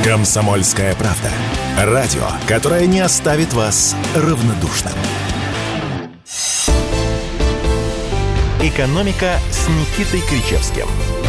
«Комсомольская правда». Радио, которое не оставит вас равнодушным. «Экономика» с Никитой Кричевским.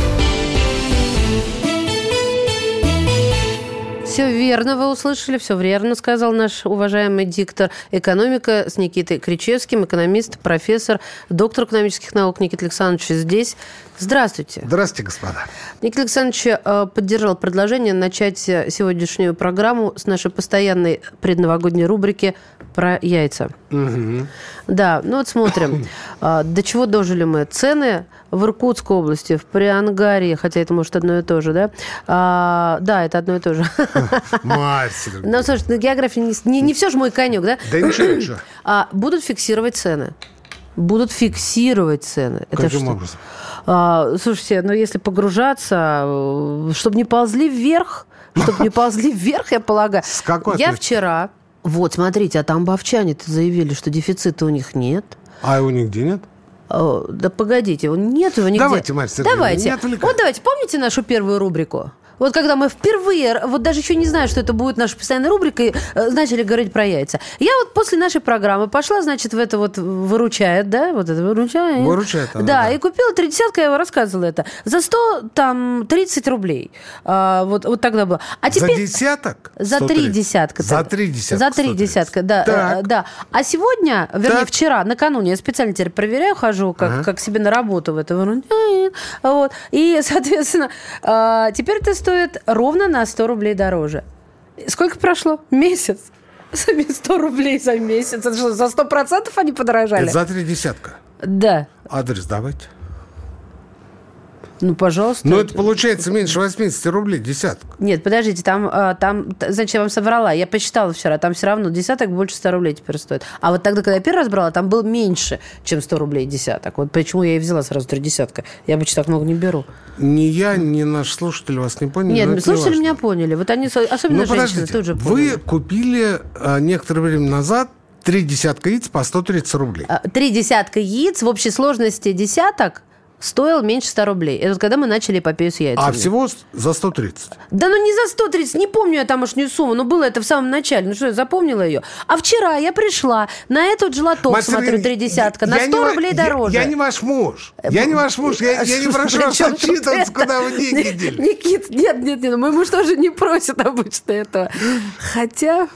Все верно вы услышали, все верно сказал наш уважаемый диктор. «Экономика» с Никитой Кричевским, экономист, профессор, доктор экономических наук Никита Александрович здесь. Здравствуйте. Здравствуйте, господа. Никита Александрович поддержал предложение начать сегодняшнюю программу с нашей постоянной предновогодней рубрики про яйца. Угу. Да, ну вот смотрим, до чего дожили мы. Цены в Иркутской области, в Приангарии, хотя это, может, одно и то же, да? Да, это одно и то же. Мастер. Ну, слушай, на географии не все же мой конек, да? Да ничего. Будут фиксировать цены. Будут фиксировать цены. Каким образом? Слушайте, ну если погружаться, чтобы не ползли вверх, я полагаю. С какой Я вчера... Вот, смотрите, а там бовчане-то заявили, что дефицита у них нет. А его нигде нет? Да погодите, нет его нигде. Давайте, Марья Сергеевна, давайте. Вот давайте, помните нашу первую рубрику? Вот когда мы впервые, вот даже еще не знаю, что это будет нашей постоянной рубрикой, начали говорить про яйца. Я вот после нашей программы пошла, значит, в это вот выручает, да? Вот это выручает. Выручает она, да, и купила 3 десятка, я его рассказывала это. За 30 рублей. Вот тогда было. А теперь... За десяток? За 3 десятка. За 3 десятка. За 3 десятка, да. Да. А сегодня, вернее, вчера, накануне, я специально теперь проверяю, хожу, как себе на работу в это. Вот. И, соответственно, теперь это стоит ровно на 100 рублей дороже. Сколько прошло? Месяц. 100 рублей за месяц. Это что, за 100% они подорожали? Это за 3 десятка? Да. Адрес давайте. Ну, пожалуйста. Но это получается меньше 80 рублей десятка. Нет, подождите, там, значит, я вам соврала. Я посчитала вчера, там все равно десяток больше 100 рублей теперь стоит. А вот тогда, когда я первый раз брала, там был меньше, чем 100 рублей десяток. Вот почему я и взяла сразу 3 десятка. Я обычно так много не беру. Ни я, ни наш слушатель вас не поняли. Нет, слушатели меня поняли. Вот они, особенно женщины, тут же поняли. Вы купили некоторое время назад 3 десятка яиц по 130 рублей. 3 десятка яиц в общей сложности десяток стоил меньше 100 рублей. Это вот когда мы начали эпопею с яйцами. А всего за 130? Да ну не за 130, не помню я тамошнюю сумму, но было это в самом начале. Ну что, я запомнила ее. А вчера я пришла на этот же лоток, смотрю, 3 десятка, на 100 рублей дороже. Я не ваш муж. Я не ваш муж. Я не прошу вас отчитываться, куда вы деньги дели. Никит, нет, мой муж тоже не просит обычно этого. Хотя...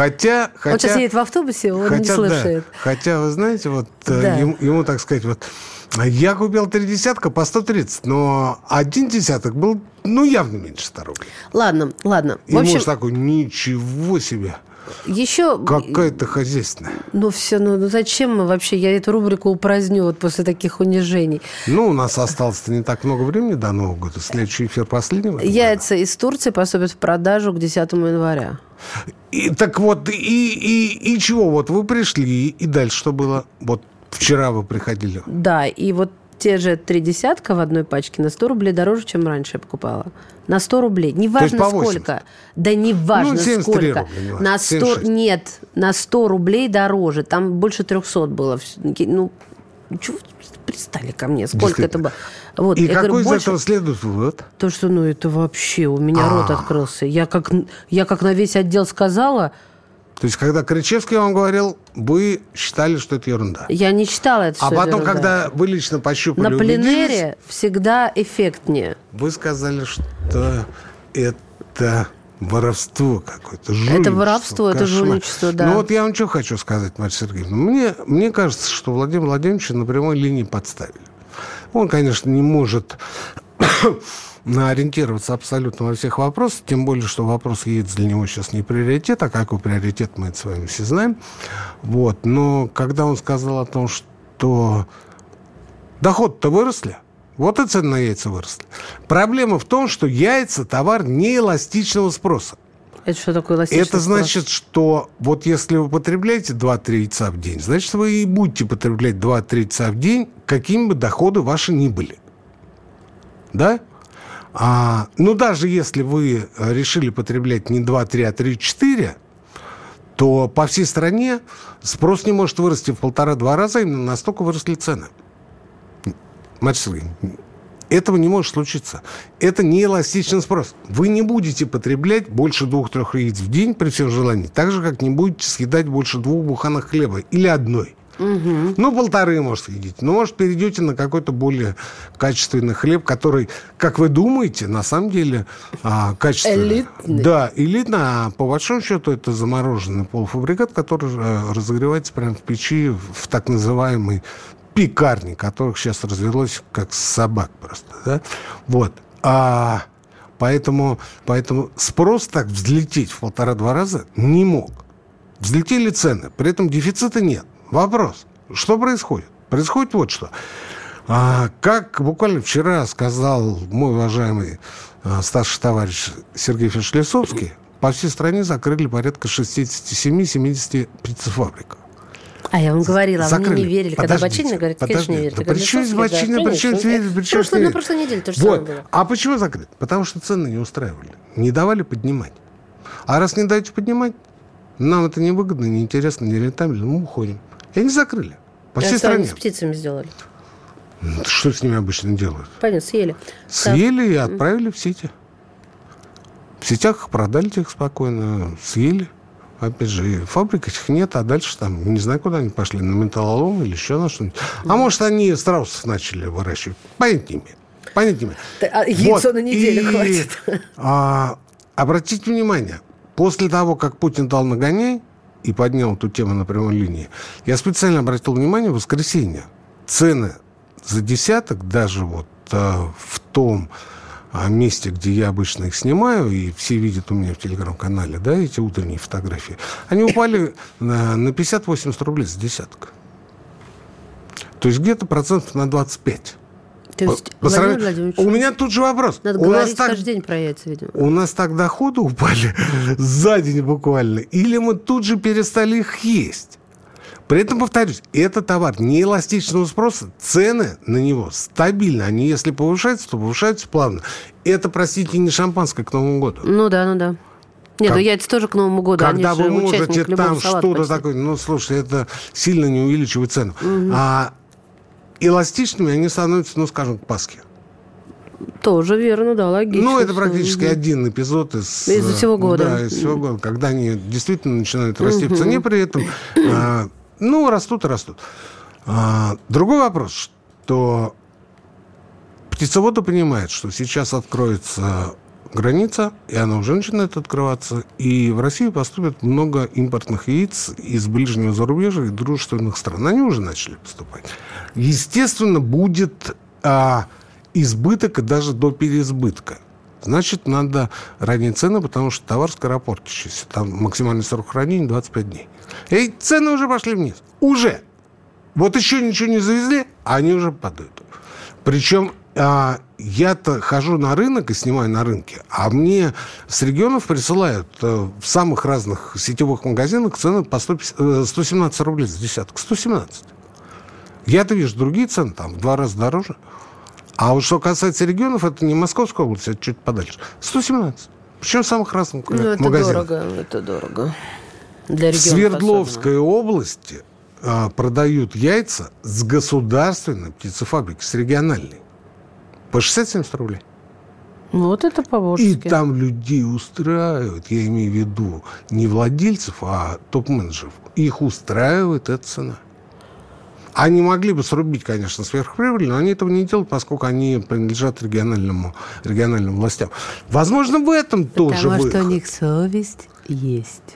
Он сейчас едет в автобусе, он не слышит. Да. Хотя, вы знаете, вот ему, так сказать, вот я купил 3 десятка по 130, но 1 десяток был, явно меньше 100 рублей. Ладно. И муж такой, ничего себе. Еще... Какая-то хозяйственная. Зачем мы вообще? Я эту рубрику упраздню вот после таких унижений. У нас осталось-то не так много времени до Нового года. Следующий эфир последнего. Яйца из Турции поступят в продажу к 10 января. Так вот, и чего? Вот вы пришли, и дальше что было? Вот вчера вы приходили. Да, и вот те же 3 десятка в одной пачке на 100 рублей дороже, чем раньше я покупала. На 100 рублей. Неважно сколько. Да неважно сколько. Рублей, на 100... Нет, на 100 рублей дороже. Там больше 300 было. Чего вы пристали ко мне? Сколько это было? Вот, и какой из этого следует вывод? То, что, это вообще, у меня рот открылся. Я как на весь отдел сказала... То есть, когда Кричевский вам говорил, вы считали, что это ерунда? Я не считала это, что это ерунда. А потом, когда вы лично пощупали, на пленэре всегда эффектнее. Вы сказали, что это воровство какое-то, жульничество. Это воровство, это жульничество, да. Вот я вам что хочу сказать, Марья Сергеевна. Мне кажется, что Владимира Владимировича на прямой линии подставили. Он, конечно, не может ориентироваться абсолютно во всех вопросах, тем более, что вопрос яиц для него сейчас не приоритет, а какой приоритет, мы это с вами все знаем. Вот. Но когда он сказал о том, что доходы-то выросли, вот и цены на яйца выросли. Проблема в том, что яйца – товар неэластичного спроса. Это что такое эластичный спрос? Это значит, что вот если вы потребляете 2-3 яйца в день, значит, вы и будете потреблять 2-3 яйца в день, какими бы доходы ваши ни были. Да? Даже если вы решили потреблять не 2-3, а 3-4, то по всей стране спрос не может вырасти в 1,5-2 раза, именно настолько выросли цены. Марья Сергеевна, Этого не может случиться. Это не эластичный спрос. Вы не будете потреблять больше 2-3 яиц в день при всем желании. Так же, как не будете съедать больше 2 буханок хлеба. Или одной. Ну, 1,5, может, съедите. Но, может, перейдете на какой-то более качественный хлеб, который, как вы думаете, на самом деле качественный. Элитный. Да, элитный. А по большому счету это замороженный полуфабрикат, который разогревается прямо в печи в так называемой пекарни, которых сейчас развелось как собак просто, да? Вот. Поэтому спрос так взлететь в 1,5-2 раза не мог. Взлетели цены, при этом дефицита нет. Вопрос, что происходит? Происходит вот что. Как буквально вчера сказал мой уважаемый старший товарищ Сергей Фишлисовский, по всей стране закрыли порядка 67-70 птицефабрик. А я вам говорила, вы мне не верили. Когда Бочинина говорит, конечно, не верили. Да при чем здесь Бочинина, при чем здесь на прошлой неделе то же самое было. А почему закрыли? Потому что цены не устраивали. Не давали поднимать. А раз не даете поднимать, нам это невыгодно, неинтересно, не рентабельно, мы уходим. И они закрыли. По всей стране. Что они с птицами сделали? Что с ними обычно делают? Понятно, съели. Съели и отправили в сети. В сетях их продали их спокойно, съели. Опять же, фабрик этих нет, а дальше там, не знаю, куда они пошли, на металлолом или еще на что-нибудь. А может, они страусов начали выращивать. Понять не имею. Яйцо на неделю хватит. Обратите внимание, после того, как Путин дал нагоняй и поднял эту тему на прямой линии, я специально обратил внимание, в воскресенье цены за десяток, даже вот в том месте, где я обычно их снимаю, и все видят у меня в телеграм-канале, да, эти утренние фотографии, они упали на 50-80 рублей за десяток. То есть где-то процентов на 25. То есть, Владимир Владимирович, у меня тут же вопрос. Надо говорить каждый день про яйца, видимо. У нас так доходы упали за день буквально, или мы тут же перестали их есть? При этом, повторюсь, это товар неэластичного спроса, цены на него стабильны. Они, если повышаются, то повышаются плавно. Это, простите, не шампанское к Новому году. Ну да. Нет, яйца тоже к Новому году. Когда вы можете там что-то такое... Ну, слушайте, это сильно не увеличивает цену. А эластичными они становятся, ну, скажем, к Пасхе. Тоже верно, да, логично. Ну, это практически один эпизод из всего года. Да, из всего года, когда они действительно начинают расти в цене, при этом... растут и растут. Другой вопрос, что птицеводы понимают, что сейчас откроется граница, и она уже начинает открываться, и в Россию поступит много импортных яиц из ближнего зарубежья и дружественных стран. Они уже начали поступать. Естественно, будет избыток и даже до переизбытка. Значит, надо ранее цены, потому что товар скоропортящийся. Там максимальный срок хранения 25 дней. И цены уже пошли вниз. Уже. Вот еще ничего не завезли, а они уже падают. Причем я-то хожу на рынок и снимаю на рынке, а мне с регионов присылают в самых разных сетевых магазинах цены по 117 рублей за десяток. 117. Я-то вижу другие цены, там в 2 раза дороже. А вот что касается регионов, это не Московская область, это чуть подальше. 117. Причем в самых разных магазинах. Это дорого. Для регионов в Свердловской области продают яйца с государственной птицефабрики, с региональной. По 60-70 рублей. Вот это по-божески. И там людей устраивают, я имею в виду не владельцев, а топ-менеджеров. Их устраивает эта цена. Они могли бы срубить, конечно, сверхприбыль, но они этого не делают, поскольку они принадлежат региональным властям. Возможно, в этом тоже выход. Потому что у них совесть есть.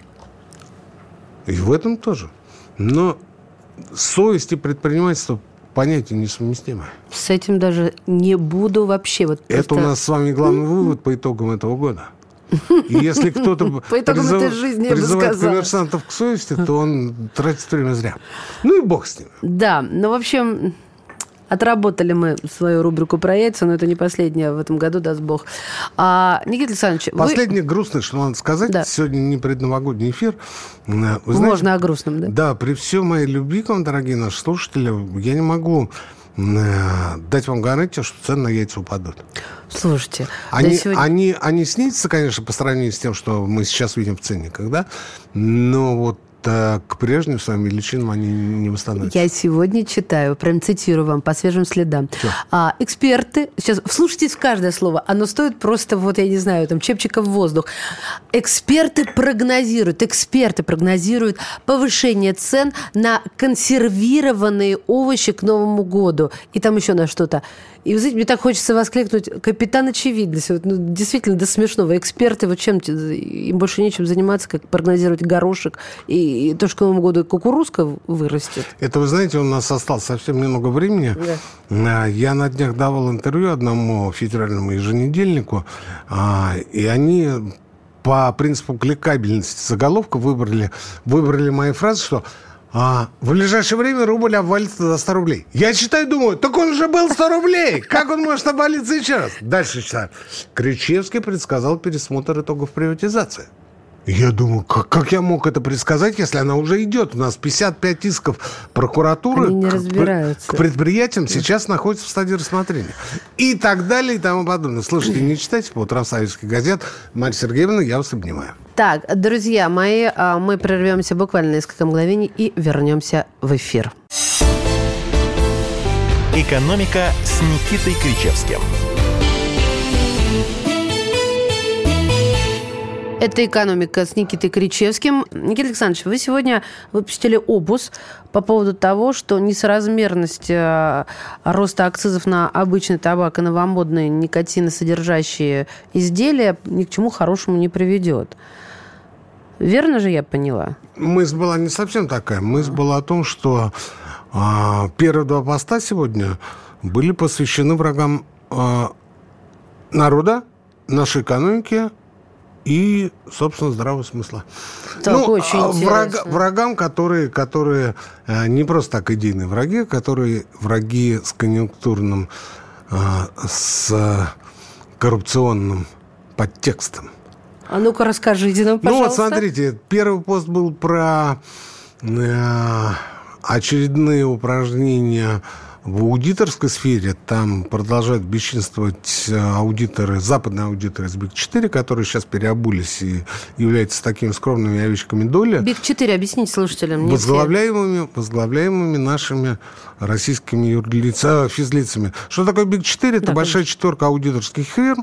И в этом тоже. Но совесть и предпринимательство понятия несовместимые. С этим даже не буду вообще. Вот это у нас с вами главный вывод по итогам этого года. И если кто-то призывает коммерсантов к совести, то он тратит время зря. Ну и бог с ним. Да, в общем, отработали мы свою рубрику про яйца, но это не последняя в этом году, даст бог. Никита Александрович... Последнее грустное, что надо сказать. Да. Сегодня не предновогодний эфир. Вы Можно знаете, о грустном, да? Да, при всей моей любви к вам, дорогие наши слушатели, я не могу дать вам гарантию, что цены на яйца упадут. Слушайте, они снизятся, конечно, по сравнению с тем, что мы сейчас видим в ценниках, да? Но вот к прежним своим величинам они не восстановятся. Я сегодня читаю, прям цитирую вам по свежим следам. Эксперты, сейчас вслушайтесь в каждое слово, оно стоит просто, вот я не знаю, там, чепчика в воздух. Эксперты прогнозируют повышение цен на консервированные овощи к Новому году. И там еще на что-то. И, вы знаете, мне так хочется воскликнуть: капитан очевидность. Вот, действительно, до смешного. Эксперты, вот чем им больше нечем заниматься, как прогнозировать горошек и то, что к Новому году кукурузка вырастет. Это, вы знаете, у нас осталось совсем немного времени. Да. Я на днях давал интервью одному федеральному еженедельнику, и они по принципу кликабельности заголовка выбрали мои фразы, что в ближайшее время рубль обвалится до 100 рублей. Я читаю и думаю, так он же был 100 рублей. Как он может обвалиться еще раз? Дальше читаю. Кричевский предсказал пересмотр итогов приватизации. Я думаю, как я мог это предсказать, если она уже идет? У нас 55 исков прокуратуры к предприятиям сейчас находятся в стадии рассмотрения. И так далее, и тому подобное. Слушайте, не читайте по утрам советских газет. Марья Сергеевна, я вас обнимаю. Так, друзья мои, мы прервемся буквально несколько мгновений и вернемся в эфир. «Экономика» с Никитой Кричевским. Это «Экономика» с Никитой Кричевским. Никита Александрович, вы сегодня выпустили опус по поводу того, что несоразмерность роста акцизов на обычный табак и новомодные никотиносодержащие изделия ни к чему хорошему не приведет. Верно же я поняла? Мысль была не совсем такая. Мысль была о том, что первые два поста сегодня были посвящены врагам народа, нашей экономики и, собственно, здравого смысла. Так, очень интересно. Врагам, которые не просто так идейные враги, которые враги с конъюнктурным, с коррупционным подтекстом. А ну-ка расскажите нам, пожалуйста. Ну вот смотрите, первый пост был про очередные упражнения в аудиторской сфере. Там продолжают бесчинствовать аудиторы, западные аудиторы из БИК-4, которые сейчас переобулись и являются такими скромными овечками доли. БИК-4, объясните слушателям. Возглавляемыми нашими российскими физлицами. Что такое БИК-4? Это большая четверка аудиторских фирм.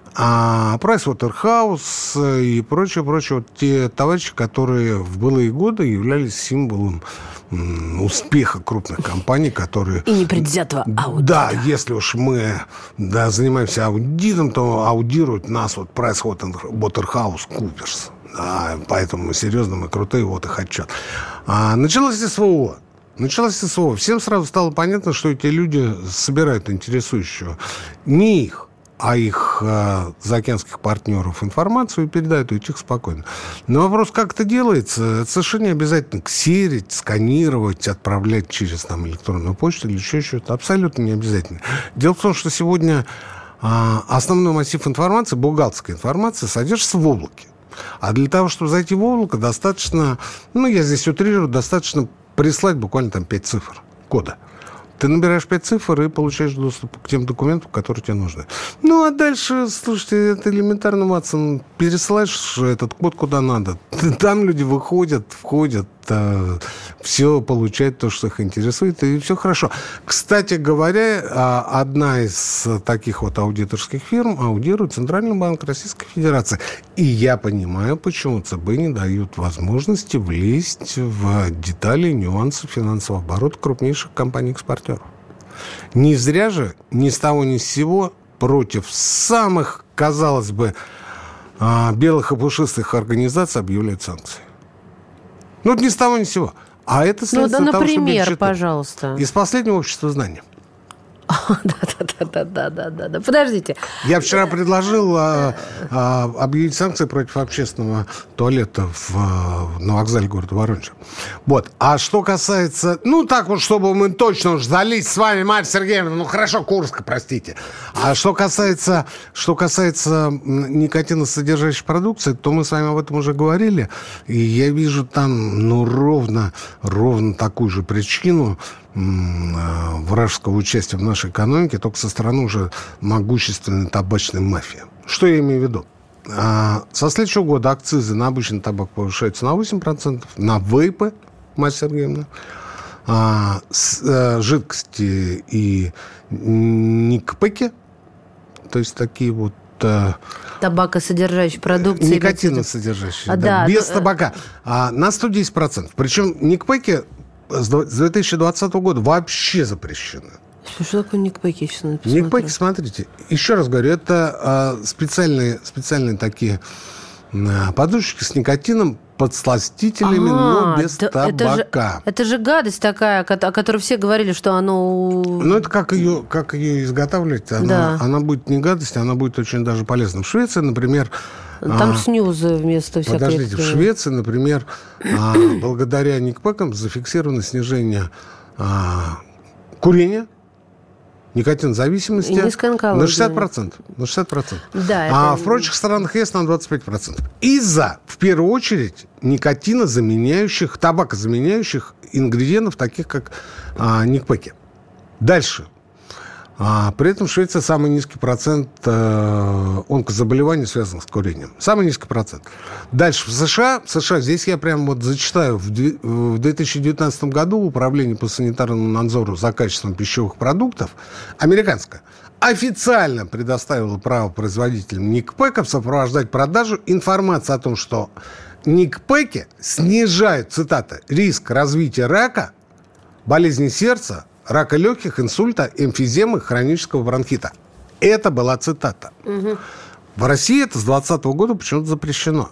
PricewaterhouseCoopers и прочее. Вот те товарищи, которые в былые годы являлись символом успеха крупных компаний, которые... И непредвзятого аудита. Да, если уж мы занимаемся аудитом, то аудируют нас вот PricewaterhouseCoopers. Да, поэтому мы серьезные, мы крутые, вот их отчет. Началось СВО. Всем сразу стало понятно, что эти люди собирают интересующую не их, а их заокеанских партнеров информацию и передают ее тихо, спокойно. Но вопрос, как это делается, это совершенно не обязательно ксерить, сканировать, отправлять через электронную почту или еще что-то. Абсолютно не обязательно. Дело в том, что сегодня основной массив информации, бухгалтерской информации, содержится в облаке. А для того, чтобы зайти в облако, достаточно, я здесь утрирую, достаточно прислать буквально 5 цифр кода. Ты набираешь 5 цифр и получаешь доступ к тем документам, которые тебе нужны. А дальше, слушайте, это элементарно, Ватсон. Пересылаешь этот код куда надо. Там люди выходят, входят, все получают то, что их интересует, и все хорошо. Кстати говоря, одна из таких вот аудиторских фирм аудирует Центральный банк Российской Федерации. И я понимаю, почему ЦБ не дают возможности влезть в детали и нюансы финансового оборота крупнейших компаний-экспортеров. Не зря же, ни с того ни с сего, против самых, казалось бы, белых и пушистых организаций объявляют санкции. Ни с того ни с сего. А это следствие того, что например, пожалуйста. Из последнего общества знания. Да. Подождите. Я вчера предложил объявить санкции против общественного туалета на вокзале города Воронежа. Вот. А что касается... так вот, чтобы мы точно уж залезть с вами, Марья Сергеевна, хорошо, Курска, простите. А что касается никотиносодержащей продукции, то мы с вами об этом уже говорили. И я вижу там, ровно такую же причину вражеского участия в нашей экономике, только со стороны уже могущественной табачной мафии. Что я имею в виду? Со следующего года акцизы на обычный табак повышаются на 8%, на вейпы, Марья Сергеевна, жидкости и никпеки, то есть такие вот... Табакосодержащие продукции. Никотиносодержащие, без табака. На 110%. Причем никпеки с 2020 года вообще запрещены. Что такое никпеки? Никпеки, смотрите, еще раз говорю, это специальные такие подушечки с никотином, подсластителями, но без табака. Это же гадость такая, о которой все говорили, что оно... Ну, это как ее изготавливать. Она будет не гадость, она будет очень даже полезна. В Швеции, например... Там снюзы вместо всяких... Подождите, в Швеции, например, благодаря никпекам зафиксировано снижение курения, никотинозависимости на 60%. На 60%. Да, в прочих странах ЕС на 25%. Из-за, в первую очередь, никотинозаменяющих, табакозаменяющих ингредиентов, таких как никпеки. Дальше. При этом в Швеции самый низкий процент онкозаболеваний, связанных с курением. Самый низкий процент. Дальше. В США, здесь я прямо вот зачитаю, в 2019 году Управление по санитарному надзору за качеством пищевых продуктов, американское, официально предоставило право производителям никпеков сопровождать продажу информации о том, что никпеки снижают, цитата, риск развития рака, болезни сердца, рака легких, инсульта, эмфиземы, хронического бронхита. Это была цитата. Угу. В России это с 2020 года почему-то запрещено.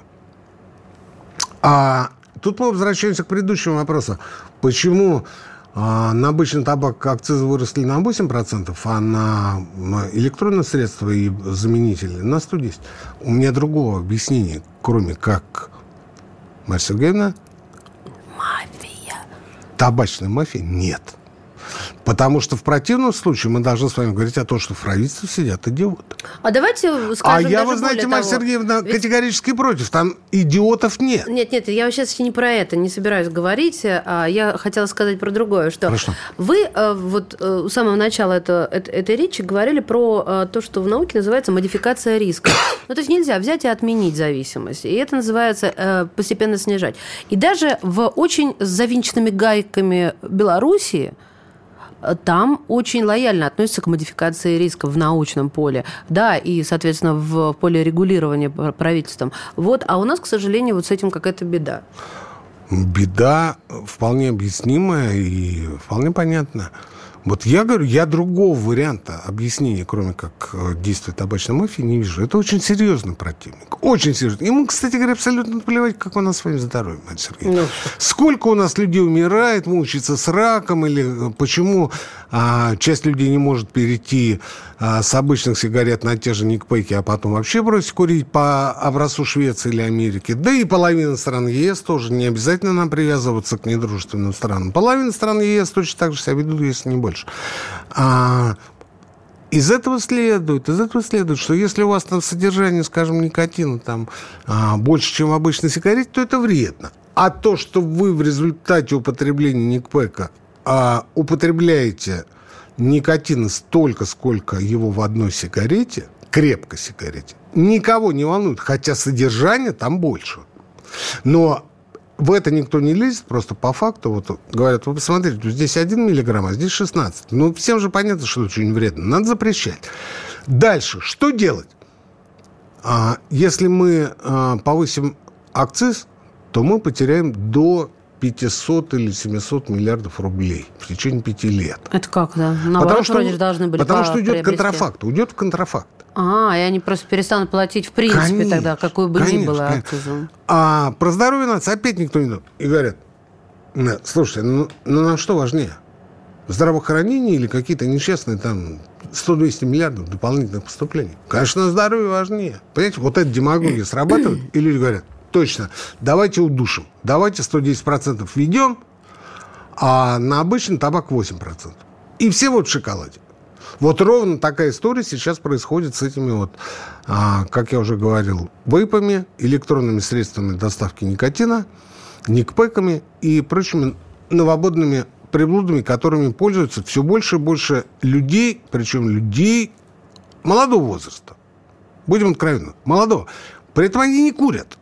Тут мы возвращаемся к предыдущему вопросу. Почему на обычный табак акцизы выросли на 8%, а на электронные средства и заменители на 110%? У меня другого объяснения, кроме как, Марья Сергеевна, мафия. Табачной мафии нет. Потому что в противном случае мы должны с вами говорить о том, что в правительстве сидят идиоты. Давайте скажем я, вы знаете, Марья Сергеевна, категорически против. Там идиотов нет. Нет, я сейчас не про это не собираюсь говорить. Я хотела сказать про другое, что Хорошо. Вы вот с самого начала этой речи говорили про то, что в науке называется модификация риска. То есть нельзя взять и отменить зависимость. И это называется постепенно снижать. И даже в очень с завинченными гайками Белоруссии там очень лояльно относятся к модификации риска в научном поле, да, и, соответственно, в поле регулирования правительством. А у нас, к сожалению, с этим какая-то беда. Беда вполне объяснимая и вполне понятная. Я говорю, я другого варианта объяснения, кроме как действия табачной мафии, не вижу. Это очень серьезный противник. Очень серьезный. Ему, кстати говоря, абсолютно наплевать, как у нас с вами здоровье, Марья Сергеевна. Сколько у нас людей умирает, мучается с раком, или почему часть людей не может перейти с обычных сигарет на те же никпеки, а потом вообще бросить курить по образцу Швеции или Америки. Да и половина стран ЕС тоже. Не обязательно нам привязываться к недружественным странам. Половина стран ЕС точно так же себя ведут, если не больше. Из этого следует, что если у вас там содержание, скажем, никотина там, больше, чем в обычной сигарете, то это вредно. А то, что вы в результате употребления никпека употребляете никотина столько, сколько его в одной сигарете, крепкой сигарете, никого не волнует, хотя содержание там больше. Но в это никто не лезет, просто по факту. Говорят, вы посмотрите, здесь 1 миллиграмм, а здесь 16. Всем же понятно, что это очень вредно. Надо запрещать. Дальше. Что делать? Если мы повысим акциз, то мы потеряем до 500 или 700 миллиардов рублей в течение 5 лет. Это как, да? Наоборот, вроде же должны были Потому что идет контрафакт. Уйдет в контрафакт. И они просто перестанут платить в принципе тогда, какую бы ни было акцизу. Про здоровье нации опять никто не думает. И говорят, слушайте, нам что важнее? Здравоохранение или какие-то несчастные там 100-200 миллиардов дополнительных поступлений? Конечно, здоровье важнее. Понимаете, эта демагогия срабатывает, и люди говорят, точно, давайте удушим, давайте 110% введем, а на обычный табак 8%. И все в шоколаде. Ровно такая история сейчас происходит с этими как я уже говорил, вейпами, электронными средствами доставки никотина, никпеками и прочими новомодными приблудами, которыми пользуются все больше и больше людей, причем людей молодого возраста. Будем откровенны, молодого. При этом они не курят.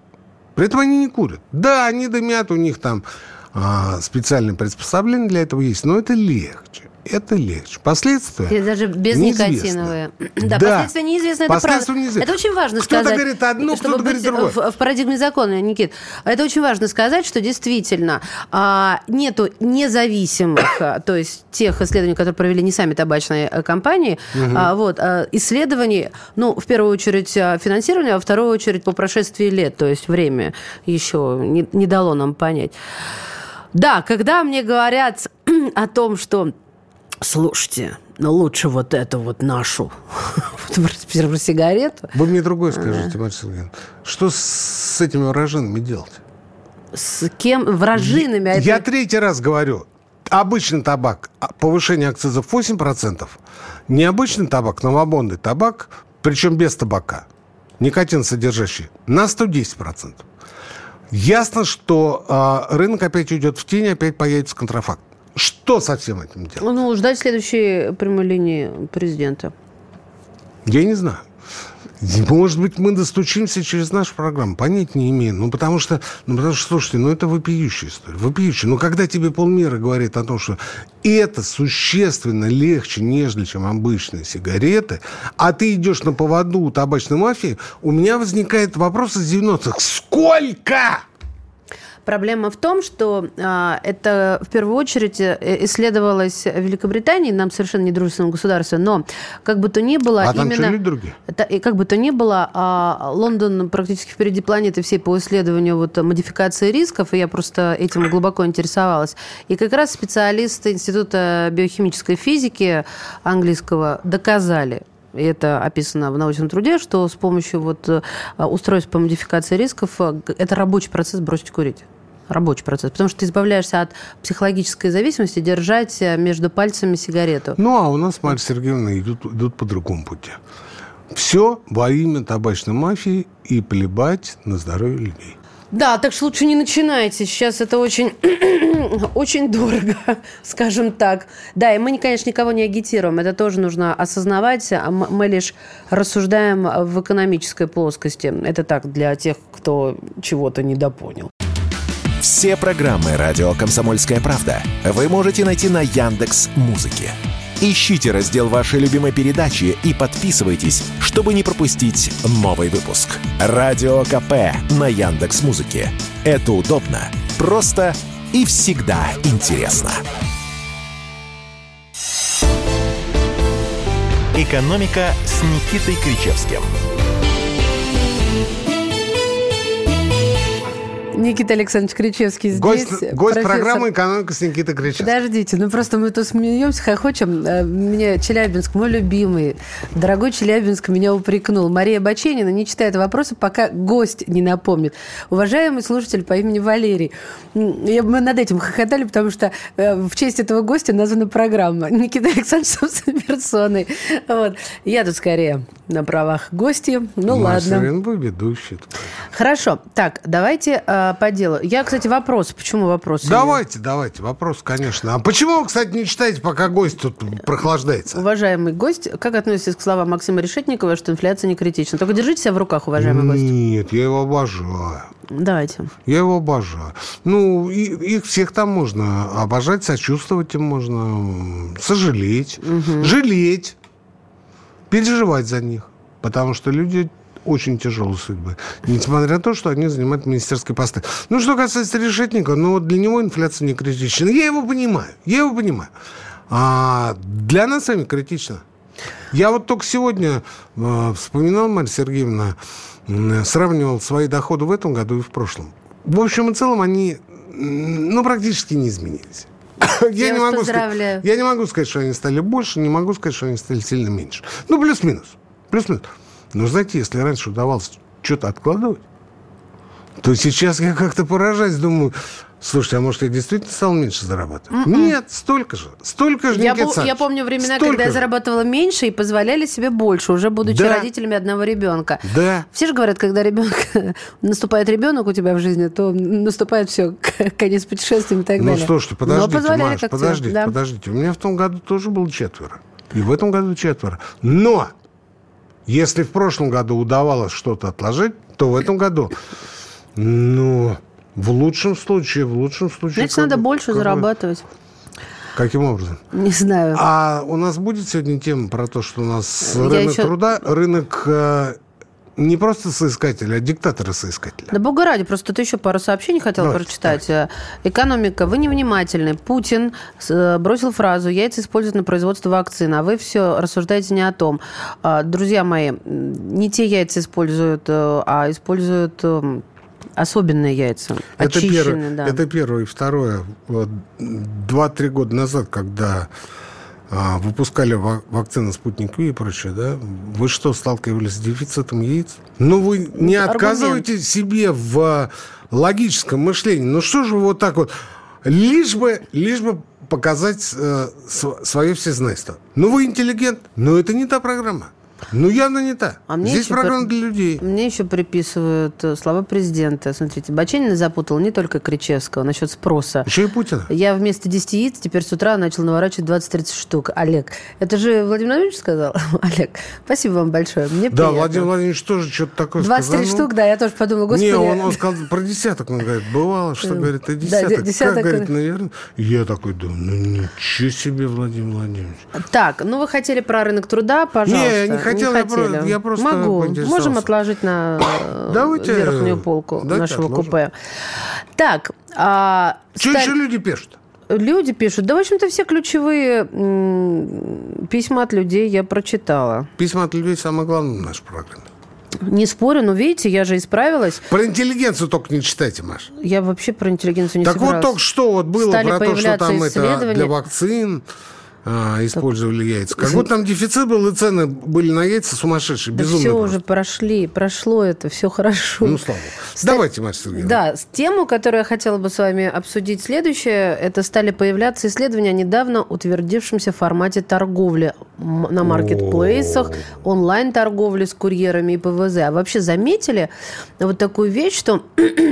Да, они дымят, у них там специальные приспособления для этого есть, но это легче. Последствия и даже безникотиновые. Да, последствия неизвестны, это правда. Это очень важно сказать. Кто-то говорит одно, кто-то говорит другое. В парадигме закона, Никит, это очень важно сказать, что действительно нету независимых, то есть тех исследований, которые провели не сами табачные компании, исследований, в первую очередь финансирования, а во вторую очередь по прошествии лет, то есть время еще не дало нам понять. Да, когда мне говорят о том, что слушайте, лучше вот эту вот нашу сигарету. Вы мне другое скажите, Мария Сергеевна. Что с этими вражинами делать? С кем? Вражинами? Я третий раз говорю. Обычный табак, повышение акцизов 8%. Необычный табак, новомодный табак, причем без табака, никотин содержащий, на 110%. Ясно, что рынок опять уйдет в тень, опять появится контрафакт. Что со всем этим делать? Ждать следующей прямой линии президента. Я не знаю. Может быть, мы достучимся через нашу программу. Понять не имею. Потому что, слушайте, это вопиющая история. Когда тебе полмира говорит о том, что это существенно легче, нежели чем обычные сигареты, а ты идешь на поводу у табачной мафии, у меня возникает вопрос из 90-х. Сколько? Проблема в том, что это в первую очередь исследовалось в Великобритании, нам совершенно недружественном государстве, но как бы то ни было... там именно, люди другие. Как бы то ни было, Лондон практически впереди планеты всей по исследованию модификации рисков, и я просто этим глубоко интересовалась. И как раз специалисты Института биохимической физики английского доказали, и это описано в научном труде, что с помощью устройств по модификации рисков это рабочий процесс бросить курить. Рабочий процесс. Потому что ты избавляешься от психологической зависимости держать между пальцами сигарету. А у нас, Марья Сергеевна, идут по другому пути. Все во имя табачной мафии и плевать на здоровье людей. Да, так что лучше не начинайте. Сейчас это очень, очень дорого, скажем так. Да, и мы, конечно, никого не агитируем. Это тоже нужно осознавать. Мы лишь рассуждаем в экономической плоскости. Это так, для тех, кто чего-то недопонял. Все программы «Радио Комсомольская правда» вы можете найти на Яндекс.Музыке. Ищите раздел вашей любимой передачи и подписывайтесь, чтобы не пропустить новый выпуск. Радио КП на Яндекс.Музыке. Это удобно, просто и всегда интересно. «Экономика» с Никитой Кричевским. Никита Александрович Кричевский здесь. Гость программы «Экономика» с Никитой Кричевским. Подождите, просто мы тут смеемся, хохочем. Меня Челябинск, мой любимый, дорогой Челябинск, меня упрекнул. Мария Баченина не читает вопросы, пока гость не напомнит. Уважаемый слушатель по имени Валерий, мы над этим хохотали, потому что в честь этого гостя названа программа. Никита Александрович собственной персоной. Я тут скорее на правах гостя. Ладно. Вы ведущий. Хорошо. Так, давайте по делу. Я, кстати, вопрос. Почему вопрос? Давайте, вопрос, конечно. А почему вы, кстати, не читаете, пока гость тут прохлаждается? Уважаемый гость, как относитесь к словам Максима Решетникова, что инфляция не критична? Только держите себя в руках, уважаемый гость. Нет, я его обожаю. Давайте. Я его обожаю. Их всех там можно обожать, сочувствовать им можно, сожалеть, жалеть, переживать за них. Потому что люди очень тяжелой судьбы. Несмотря на то, что они занимают министерские посты. Что касается Решетникова, для него инфляция не критична. Я его понимаю. А для нас с вами критично. Я только сегодня вспоминал, Марья Сергеевна, сравнивал свои доходы в этом году и в прошлом. В общем и целом они практически не изменились. Я не могу сказать, что они стали больше, не могу сказать, что они стали сильно меньше. Плюс-минус. Но, знаете, если раньше удавалось что-то откладывать, то сейчас я как-то поражаюсь, думаю, слушайте, а может, я действительно стал меньше зарабатывать? Нет, столько же, Я помню времена, когда я зарабатывала меньше и позволяли себе больше, уже будучи родителями одного ребенка. Да. Все же говорят, когда наступает ребенок у тебя в жизни, то наступает все, конец путешествия и так далее. Слушайте, подождите. У меня в том году тоже было 4. И в этом году 4. Но если в прошлом году удавалось что-то отложить, то в этом году, ну, в лучшем случае... Значит, надо больше зарабатывать. Каким образом? Не знаю. А у нас будет сегодня тема про то, что у нас рынок труда, рынок не просто соискателя, а диктатора-соискателя. Да бога ради, просто тут еще пару сообщений хотела прочитать. Так. Экономика. Вы невнимательны. Путин бросил фразу: яйца используют на производство вакцин, а вы все рассуждаете не о том. Друзья мои, не те яйца используют, а используют... особенные яйца, очищенные, да. Это первое. И второе. 2-3 года назад, когда выпускали вакцины «Спутник Ви» и прочее, да, вы что, сталкивались с дефицитом яиц? Ну, вы не отказываете себе в логическом мышлении. Ну, что же вы вот так вот... Лишь бы показать свое всезнайство. Ну, вы интеллигент. Но это не та программа. Ну, явно не та. Здесь программа для людей. Мне еще приписывают слова президента. Смотрите, Баченина запутал не только Кричевского насчет спроса. Еще и Путина. Я вместо 10 яиц теперь с утра начал наворачивать 20-30 штук. Олег, это же Владимир Владимирович сказал? Олег, спасибо вам большое. Мне приятно. Да, Владимир Владимирович тоже что-то такое 23 сказал. штук, да, я тоже подумала, господи. Не, он сказал про десяток. Он говорит, бывало, что говорит, и десяток. Да, десяток. Как, говорит, наверное. Я такой думаю, ну ничего себе, Владимир Владимирович. Так, ну вы хотели про рынок труда, пожалуйста. Не, я не хотел, я просто могу. Можем отложить на верхнюю полку нашего купе. Так. Что еще люди пишут? Люди пишут. Да, в общем-то, все ключевые письма от людей я прочитала. Письма от людей самое главное в нашей программе. Не спорю, но видите, я же исправилась. Про интеллигенцию только не читайте, Маш. Я вообще про интеллигенцию не собиралась. Так вот только что вот было Стали про то, что там это для вакцин... использовали яйца. Как будто там дефицит был, и цены были на яйца сумасшедшие, безумные. Все уже прошло это, все хорошо. Ну, слава богу. Давайте, Марья Сергеевна. Да, тему, которую я хотела бы с вами обсудить, следующее, это стали появляться исследования о недавно утвердившемся формате торговли на маркетплейсах, онлайн-торговли с курьерами и ПВЗ. А вообще заметили вот такую вещь, что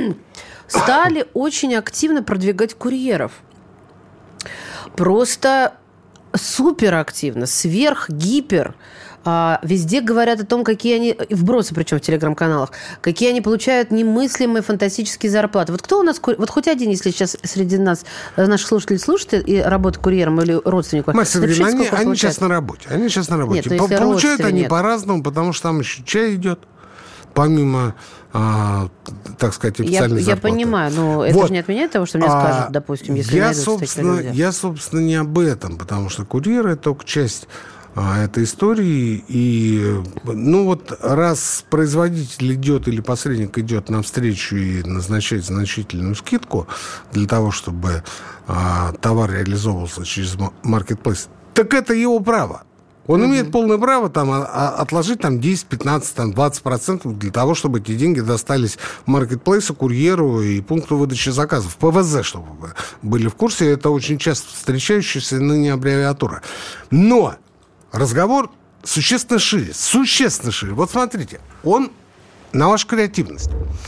стали очень активно продвигать курьеров. Просто... суперактивно, гипер. Везде говорят о том, какие они... Вбросы, причем в телеграм-каналах. Какие они получают немыслимые фантастические зарплаты. Вот кто у нас... Вот хоть один, если сейчас среди нас, наших слушателей слушает и работает курьером или родственником. Марья Сергеевна, они сейчас на работе. Нет, получают они по-разному, потому что там еще чай идет. Помимо, так сказать, официальной зарплаты. Я понимаю, но это же не отменяет того, что мне скажут, допустим, если найдутся такие люди. Я, собственно, не об этом, потому что курьер – это только часть этой истории. И, ну вот, раз производитель идет или посредник идет навстречу и назначает значительную скидку для того, чтобы товар реализовывался через маркетплейс, так это его право. Он имеет полное право там, отложить там, 10, 15, там, 20% для того, чтобы эти деньги достались маркетплейсу, курьеру и пункту выдачи заказов. ПВЗ, чтобы вы были в курсе. Это очень часто встречающаяся ныне аббревиатура. Но разговор существенно шире. Существенно шире. Вот смотрите. Он на вашу креативность.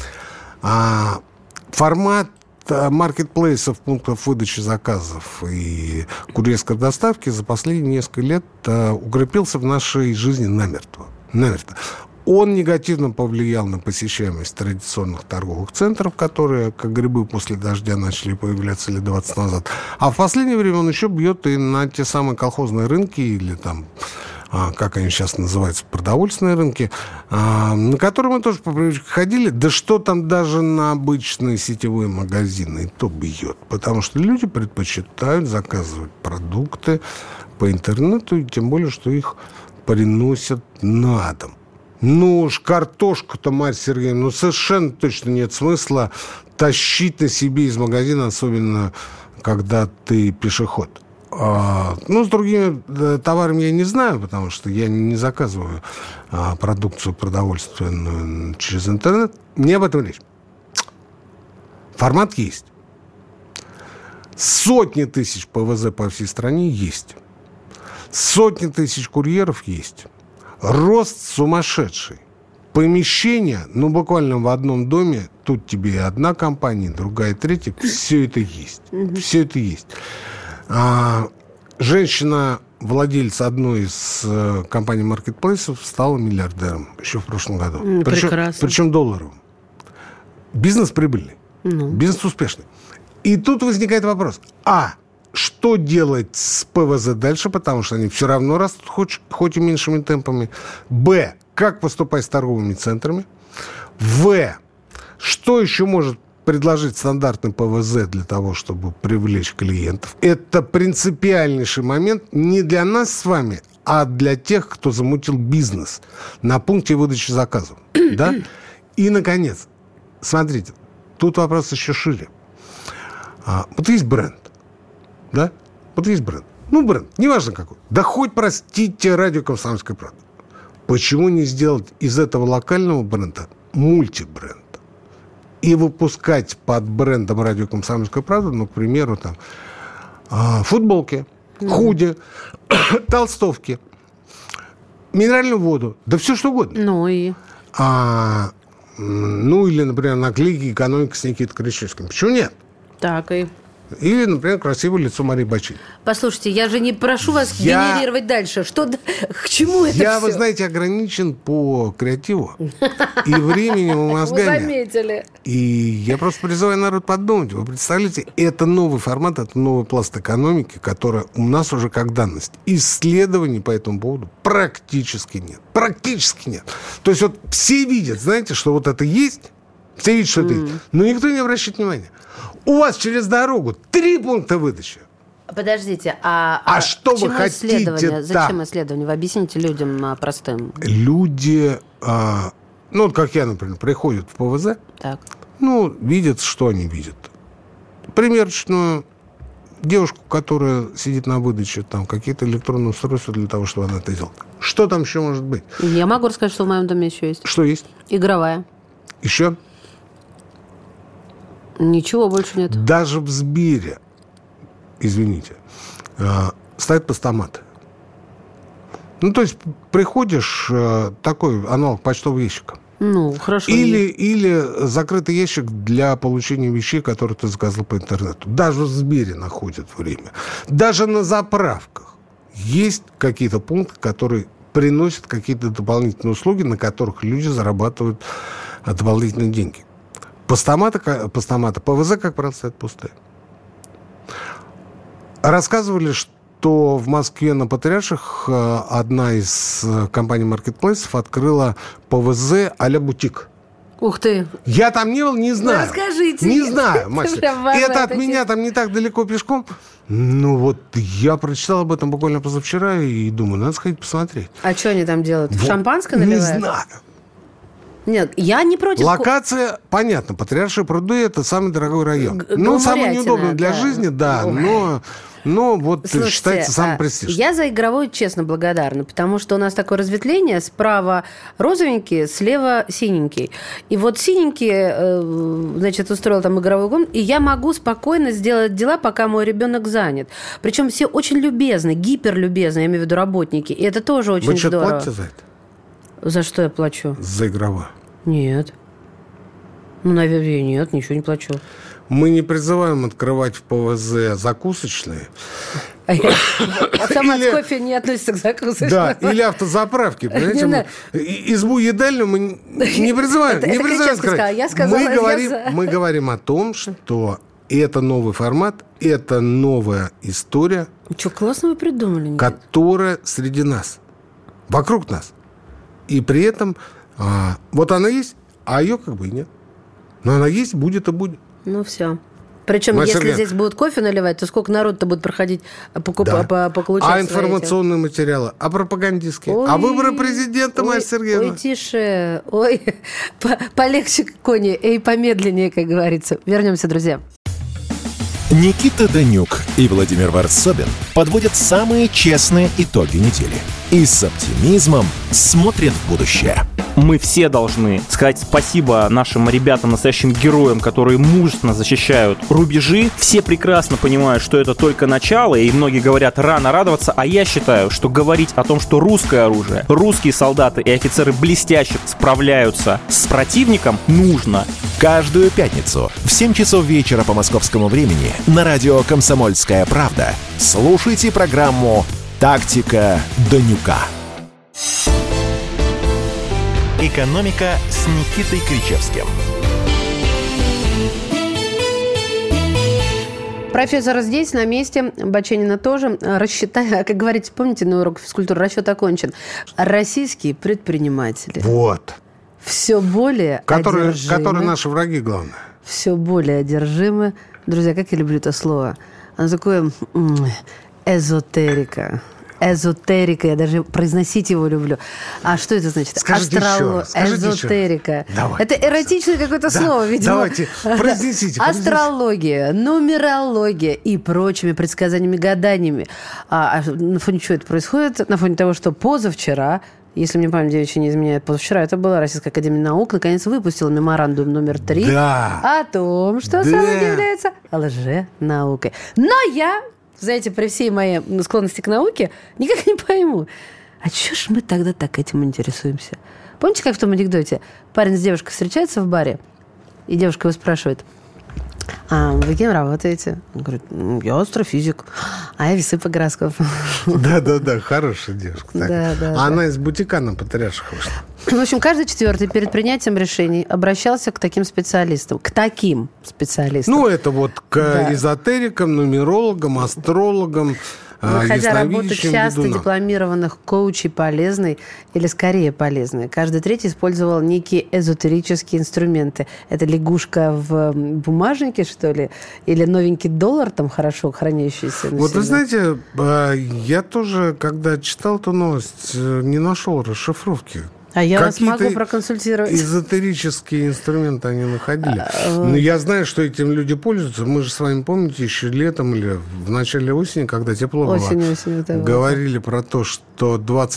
Формат маркетплейсов, пунктов выдачи заказов и курьерской доставки за последние несколько лет укрепился в нашей жизни намертво. Он негативно повлиял на посещаемость традиционных торговых центров, которые, как грибы после дождя, начали появляться лет 20 назад. А в последнее время он еще бьет и на те самые колхозные рынки или там... как они сейчас называются, продовольственные рынки, на которые мы тоже по привычке ходили, да что там даже на обычные сетевые магазины, и то бьет. Потому что люди предпочитают заказывать продукты по интернету, и тем более, что их приносят на дом. Ну уж картошку-то, Марья Сергеевна, совершенно точно нет смысла тащить на себе из магазина, особенно когда ты пешеход. С другими товарами я не знаю, потому что я не заказываю продукцию продовольственную через интернет. Не об этом речь. Формат есть. Сотни тысяч ПВЗ по всей стране есть. Сотни тысяч курьеров есть. Рост сумасшедший. Помещения, буквально в одном доме, тут тебе и одна компания, другая, третья, все это есть. Все это есть. Женщина владелец одной из компаний маркетплейсов стал миллиардером еще в прошлом году. Причем долларовым. Бизнес прибыльный. Бизнес успешный. И тут возникает вопрос. Что делать с ПВЗ дальше, потому что они все равно растут, хоть и меньшими темпами. Б. Как поступать с торговыми центрами. В. Что еще может предложить стандартный ПВЗ для того, чтобы привлечь клиентов? Это принципиальнейший момент не для нас с вами, а для тех, кто замутил бизнес на пункте выдачи заказов. Да? И, наконец, смотрите, тут вопрос еще шире. Вот есть бренд. Да? Вот есть бренд. Бренд, неважно какой. Да хоть, простите, радио «Комсомольская правда». Почему не сделать из этого локального бренда мультибренд? И выпускать под брендом радио «Комсомольская правда», к примеру, футболки, худи, толстовки, минеральную воду, да все что угодно. Или, например, наклейки «Экономика» с Никитой Кричевским. Почему нет? Так и... Или, например, красивое лицо Марии Бачинина. Послушайте, я же не прошу вас генерировать дальше. К чему это все? Вы знаете, ограничен по креативу и временем, и мозгами. Вы заметили. И я просто призываю народ подумать. Вы представляете, это новый формат, это новый пласт экономики, который у нас уже как данность. Исследований по этому поводу практически нет. Практически нет. То есть вот все видят, знаете, что вот это есть, все видят, что это есть, но никто не обращает внимания. У вас через дорогу 3 пункта выдачи. Подождите, что вы хотите? Исследование? Зачем исследование? Вы объясните людям простым. Люди, как я, например, приходят в ПВЗ, видят, что они видят. Примерочную девушку, которая сидит на выдаче, какие-то электронные устройства для того, чтобы она это делала. Что там еще может быть? Я могу рассказать, что в моем доме еще есть. Что есть? Игровая. Еще? Ничего больше нет. Даже в Сбере, извините, стоят постаматы. То есть приходишь, такой аналог почтового ящика. Хорошо. Или закрытый ящик для получения вещей, которые ты заказал по интернету. Даже в Сбере находят время. Даже на заправках есть какие-то пункты, которые приносят какие-то дополнительные услуги, на которых люди зарабатывают дополнительные деньги. Постаматы, ПВЗ, как правило, стоят пустые. Рассказывали, что в Москве на Патриарших одна из компаний маркетплейсов открыла ПВЗ а-ля бутик. Ух ты! Я там не был, не знаю. Расскажите. Не знаю, Мася. Это от меня там не так далеко пешком. Я прочитал об этом буквально позавчера и думаю, надо сходить посмотреть. А что они там делают? Шампанское наливают? Не знаю. Нет, я не против... Локация, понятно, Патриаршие пруды – это самый дорогой район. Самый неудобный для жизни, но Слушайте, считается самым престижным. Я за игровой, честно, благодарна, потому что у нас такое разветвление. Справа розовенький, слева синенький. И вот синенький, устроил там игровой комнату, и я могу спокойно сделать дела, пока мой ребенок занят. Причем все очень любезны, гиперлюбезны, я имею в виду работники. И это тоже очень здорово. Вы что-то платите за это? За что я плачу? За игровое. Нет. Наверное, нет, ничего не плачу. Мы не призываем открывать в ПВЗ закусочные. Автомат с кофе не относится к закусочным. Да, или автозаправки. Понимаете? Избу-едальню мы не призываем. Не призываем открывать. Мы говорим о том, что это новый формат, это новая история. Что, классно вы придумали. Которая среди нас, вокруг нас. И при этом вот она есть, а ее как бы и нет. Но она есть, будет и будет. Все. Причем, если здесь будут кофе наливать, то сколько народ-то будет проходить получать информационные материалы? А пропагандистские? А выборы президента, Марья Сергеевна? Ой, тише. Ой, полегче, кони. И помедленнее, как говорится. Вернемся, друзья. Никита Данюк и Владимир Варсобин подводят самые честные итоги недели и с оптимизмом смотрят в будущее. Мы все должны сказать спасибо нашим ребятам, настоящим героям, которые мужественно защищают рубежи. Все прекрасно понимают, что это только начало, и многие говорят рано радоваться, а я считаю, что говорить о том, что русское оружие, русские солдаты и офицеры блестяще справляются с противником, нужно. Каждую пятницу в 7 часов вечера по московскому времени на радио «Комсомольская правда» слушайте программу Тактика Данюка. «Экономика» с Никитой Кричевским. Профессор здесь, на месте, Баченина тоже. Рассчитай, как говорите, помните на урок физкультуры, расчет окончен. Российские предприниматели. Вот. Все более которые наши враги, главное. Все более одержимы. Друзья, как я люблю это слово. Оно такое эзотерика. Эзотерика, я даже произносить его люблю. А что это значит? Скажите еще раз. Эзотерика. Давайте. Это эротичное какое-то слово, видимо. Давайте, произнесите. Астрология, нумерология и прочими предсказаниями, гаданиями. На фоне чего это происходит? На фоне того, что позавчера, если мне память девичья не изменяет, позавчера это была Российская академия наук, наконец выпустила меморандум номер 3 о том, что астрология является лженаукой. Но я... Знаете, при всей моей склонности к науке, никак не пойму, а чё ж мы тогда так этим интересуемся? Помните, как в том анекдоте? Парень с девушкой встречается в баре, и девушка его спрашивает: вы кем работаете? Он говорит: я астрофизик, а я весы по гороскопу. Да, хорошая девушка. Да. Она из бутика на Патриарших вышла. В общем, каждый четвертый перед принятием решений обращался к таким специалистам. Ну, это вот к эзотерикам, нумерологам, астрологам, выходя работать часто дипломированных коучей полезной или скорее полезной. Каждый третий использовал некие эзотерические инструменты. Это лягушка в бумажнике, что ли? Или новенький доллар там хорошо хранящийся? Вот вы знаете, я тоже, когда читал эту новость, не нашел расшифровки. А я вас могу проконсультировать. Эзотерические инструменты они находили. Но я знаю, что этим люди пользуются. Мы же с вами, помните, еще летом или в начале осени, когда тепло было, говорили про то, что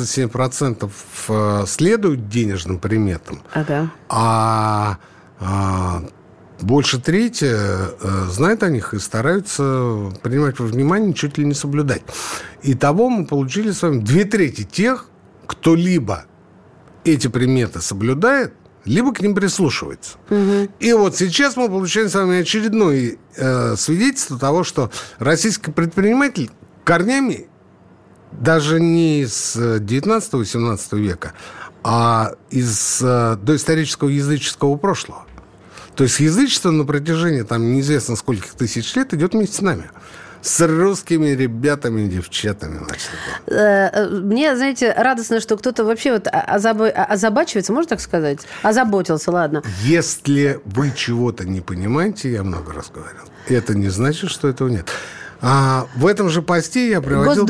27% следуют денежным приметам, а больше трети знают о них и стараются принимать во внимание, чуть ли не соблюдать. Итого мы получили с вами 2/3 тех, кто либо эти приметы соблюдает, либо к ним прислушивается. И вот сейчас мы получаем с вами очередное свидетельство того, что российский предприниматель корнями даже не из 19-18 века, а из доисторического языческого прошлого. То есть язычество на протяжении там неизвестно скольких тысяч лет идет вместе с нами. С русскими ребятами, девчатами. Мне, знаете, радостно, что кто-то вообще вот озабачивается, можно так сказать? Озаботился, ладно. Если вы чего-то не понимаете, я много раз говорил, это не значит, что этого нет. В этом же посте я привел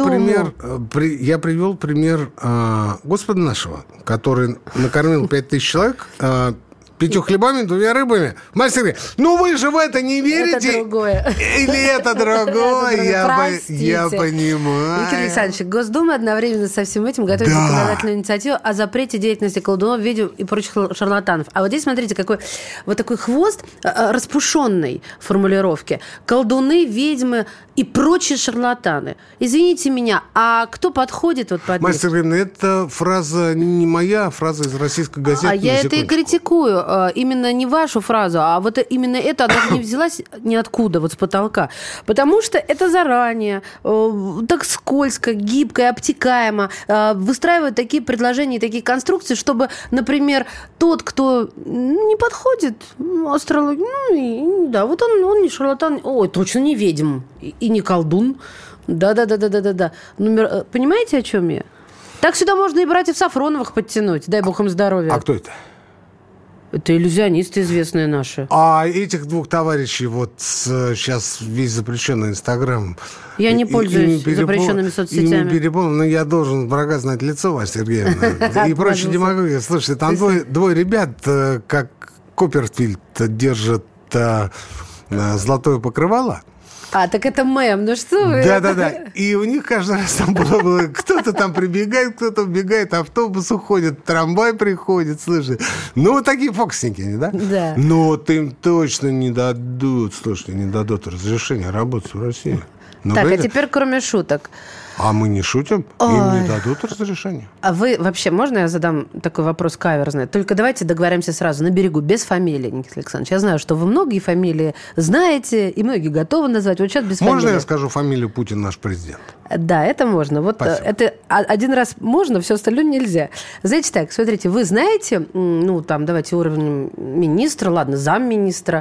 пример Господа нашего, который накормил 5000 человек 5 хлебами, 2 рыбами. Мастер, вы же в это не верите? Это другое. Или это другое? Я понимаю. Никита Александрович, Госдума одновременно со всем этим готовит законодательную инициативу о запрете деятельности колдунов, ведьм и прочих шарлатанов. А вот здесь, смотрите, какой вот такой хвост распушенной формулировки. Колдуны, ведьмы и прочие шарлатаны. Извините меня, а кто подходит вот под них? Мастер, это фраза не моя, а фраза из российской газеты. А я это и критикую. Именно не вашу фразу, а вот именно это она не взялась ниоткуда, вот с потолка. Потому что это заранее так скользко, гибко, обтекаемо выстраивают такие предложения и такие конструкции, чтобы, например, тот, кто не подходит астрологии, вот он не шарлатан, точно не ведьм и не колдун. Да. Понимаете, о чем я? Так сюда можно и братьев Сафроновых подтянуть, дай бог им здоровья. А кто это? Это иллюзионисты известные наши. А этих двух товарищей, сейчас весь запрещенный Инстаграм. Я не пользуюсь запрещенными соцсетями. Но я должен врага знать лицо, Вася Сергеевна. И прочие демагогии. Слушайте, там двое ребят, как Копперфильд, держат золотое покрывало. Так это мем, что вы? Да. И у них каждый раз там было кто-то там прибегает, кто-то убегает, автобус уходит, трамвай приходит, слушай. Вот такие фокусники, да? Да. Но им точно не дадут разрешения работать в России. Так, а теперь кроме шуток. А мы не шутим, им не дадут разрешения. А вы вообще, можно я задам такой вопрос каверзный? Только давайте договоримся сразу, на берегу, без фамилии, Никита Александрович. Я знаю, что вы многие фамилии знаете, и многие готовы назвать. Вот сейчас без фамилии. Можно я скажу фамилию Путин наш президент? Да, это можно. Вот это один раз можно, все остальное нельзя. Знаете так, смотрите, вы знаете, ну, там, давайте уровень министра, ладно, замминистра,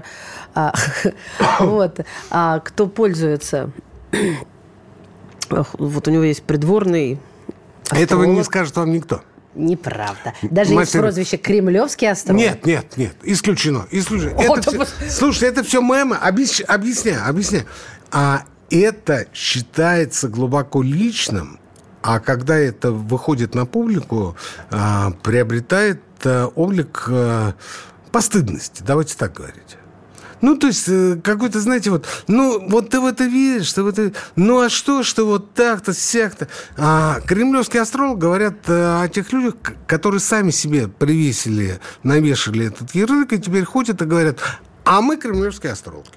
кто пользуется... Вот у него есть придворный астролог. Этого не скажет вам никто. Неправда. Даже есть прозвище «Кремлевский астролог». Нет. Исключено. Слушайте, это все мемы. Объясняю. Это считается глубоко личным, а когда это выходит на публику, приобретает облик постыдности. Давайте так говорить. Ну, то есть, какой-то, знаете, вот ты в это веришь, ты в это... Ну, а что вот так-то, сяк-то? Кремлевский астролог говорят о тех людях, которые сами себе навешали этот ярлык, и теперь ходят и говорят, а мы кремлевские астрологи.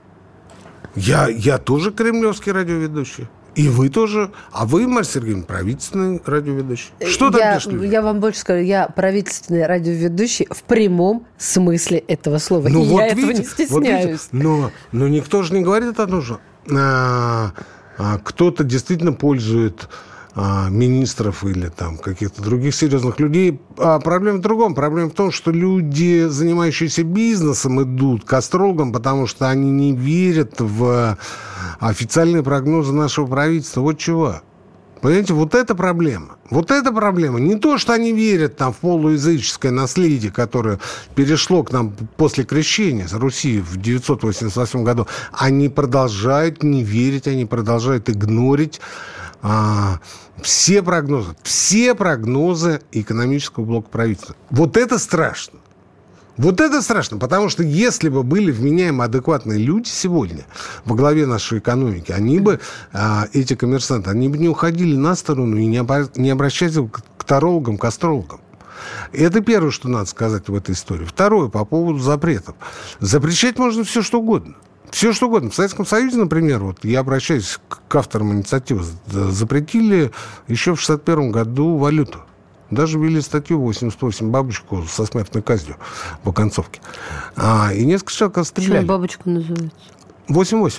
Я тоже кремлевский радиоведущий. И вы тоже. А вы, Марья Сергеевна, правительственный радиоведущий. Что там пишут люди? Я вам больше скажу, я правительственный радиоведущий в прямом смысле этого слова. Ну, и вот я этого не стесняюсь. Но никто же не говорит о том, что кто-то действительно пользует министров или там каких-то других серьезных людей. Проблема в другом. Проблема в том, что люди, занимающиеся бизнесом, идут к астрологам, потому что они не верят в официальные прогнозы нашего правительства. Вот чего. Понимаете, вот это проблема. Не то, что они верят там в полуязыческое наследие, которое перешло к нам после крещения с Руси в 988 году. Они продолжают не верить, они продолжают игнорить все прогнозы экономического блока правительства. Вот это страшно. Потому что если бы были вменяемые, адекватные люди сегодня во главе нашей экономики, они бы, эти коммерсанты, они бы не уходили на сторону и не обращались к тарологам, к астрологам. Это первое, что надо сказать в этой истории. Второе, по поводу запретов. Запрещать можно все, что угодно. Все, что угодно. В Советском Союзе, например, вот я обращаюсь к авторам инициативы, запретили еще в 1961 году валюту. Даже ввели статью 88 бабочку со смертной казнью в оконцовке. И несколько человек стреляли. Почему бабочку называется? 88.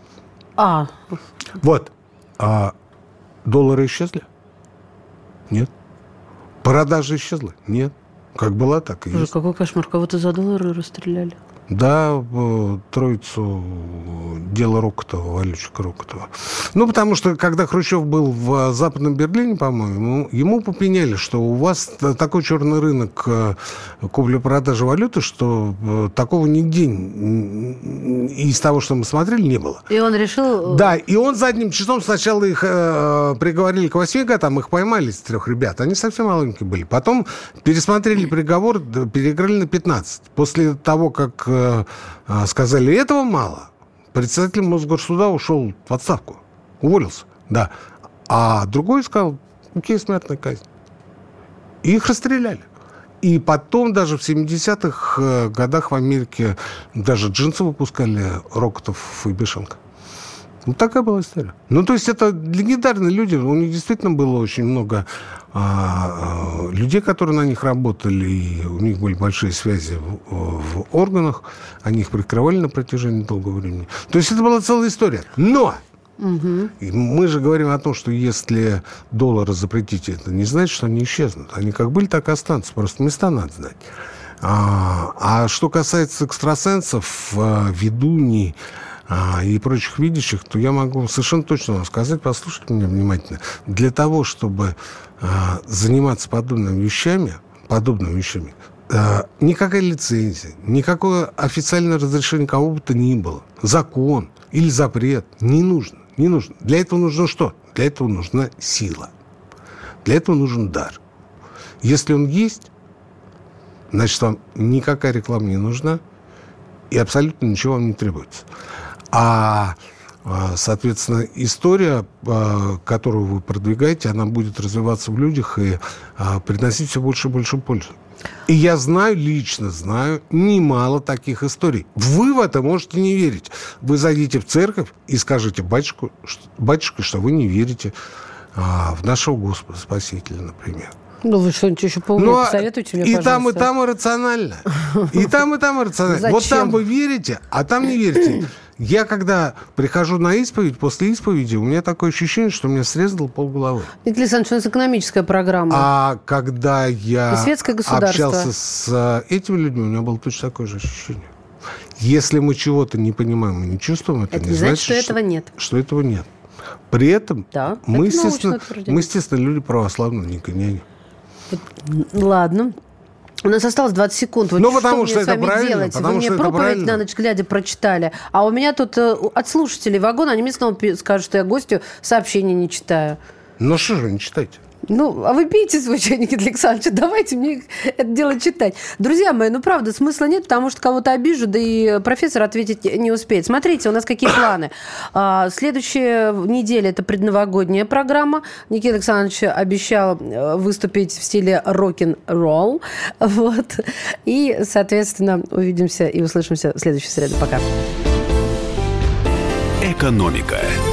Вот. Доллары исчезли? Нет. Продажи исчезли? Нет. Как была, так и есть. Какой кошмар. Кого-то за доллары расстреляли. Да, троицу дела Рокотова, Валючика Рокотова. Ну, потому что, когда Хрущев был в Западном Берлине, по-моему, ему попеняли, что у вас такой черный рынок купли-продажи валюты, что такого нигде из того, что мы смотрели, не было. И он решил... Да, и он задним числом сначала их приговорили к 8 годам, их поймали с 3 ребят. Они совсем маленькие были. Потом пересмотрели приговор, переиграли на 15. После того, как сказали, этого мало, председатель Мосгорсуда ушел в отставку. Уволился, да. А другой сказал, окей, смертная казнь. И их расстреляли. И потом даже в 70-х годах в Америке даже джинсы выпускали Рокотов и Бешенко. Вот такая была история. Ну, то есть это легендарные люди. У них действительно было очень много людей, которые на них работали, и у них были большие связи в органах. Они их прикрывали на протяжении долгого времени. То есть это была целая история. Но мы же говорим о том, что если доллары запретить, это не значит, что они исчезнут. Они как были, так и останутся. Просто места надо знать. А что касается экстрасенсов, ведуней и прочих видящих, то я могу совершенно точно вам сказать, послушайте меня внимательно, для того, чтобы заниматься подобными вещами, никакая лицензия, никакое официальное разрешение кого бы то ни было, закон или запрет не нужно. Для этого нужно что? Для этого нужна сила. Для этого нужен дар. Если он есть, значит, вам никакая реклама не нужна, и абсолютно ничего вам не требуется. Соответственно, история, которую вы продвигаете, она будет развиваться в людях и приносить все больше и больше пользы. И я лично знаю немало таких историй. Вы в это можете не верить. Вы зайдите в церковь и скажите батюшке, что вы не верите в нашего Господа Спасителя, например. Ну, вы что-нибудь еще поумнее посоветуйте мне, пожалуйста. И там иррационально. И там иррационально. Вот там вы верите, а там не верите. Я, когда прихожу на исповедь, после исповеди, у меня такое ощущение, что меня срезало полголовы. Николай Александрович, у нас экономическая программа. А когда я общался с этими людьми, у меня было точно такое же ощущение. Если мы чего-то не понимаем и не чувствуем, это не значит, что этого нет. Что этого нет. При этом мы, естественно, люди православные, не коняне. Ладно. У нас осталось 20 секунд. Вот потому что это правильно. Делать? Вы мне проповедь на ночь глядя прочитали. А у меня тут от слушателей вагона, они мне снова скажут, что я гостю сообщения не читаю. Ну что же вы не читаете? Ну, а вы пейте свой чай, Никита Александрович, давайте мне это дело читать. Друзья мои, правда, смысла нет, потому что кого-то обижу, да и профессор ответить не успеет. Смотрите, у нас какие планы. Следующая неделя – это предновогодняя программа. Никита Александрович обещал выступить в стиле рок-н-ролл. Вот. И, соответственно, увидимся и услышимся в следующую среду. Пока. Экономика.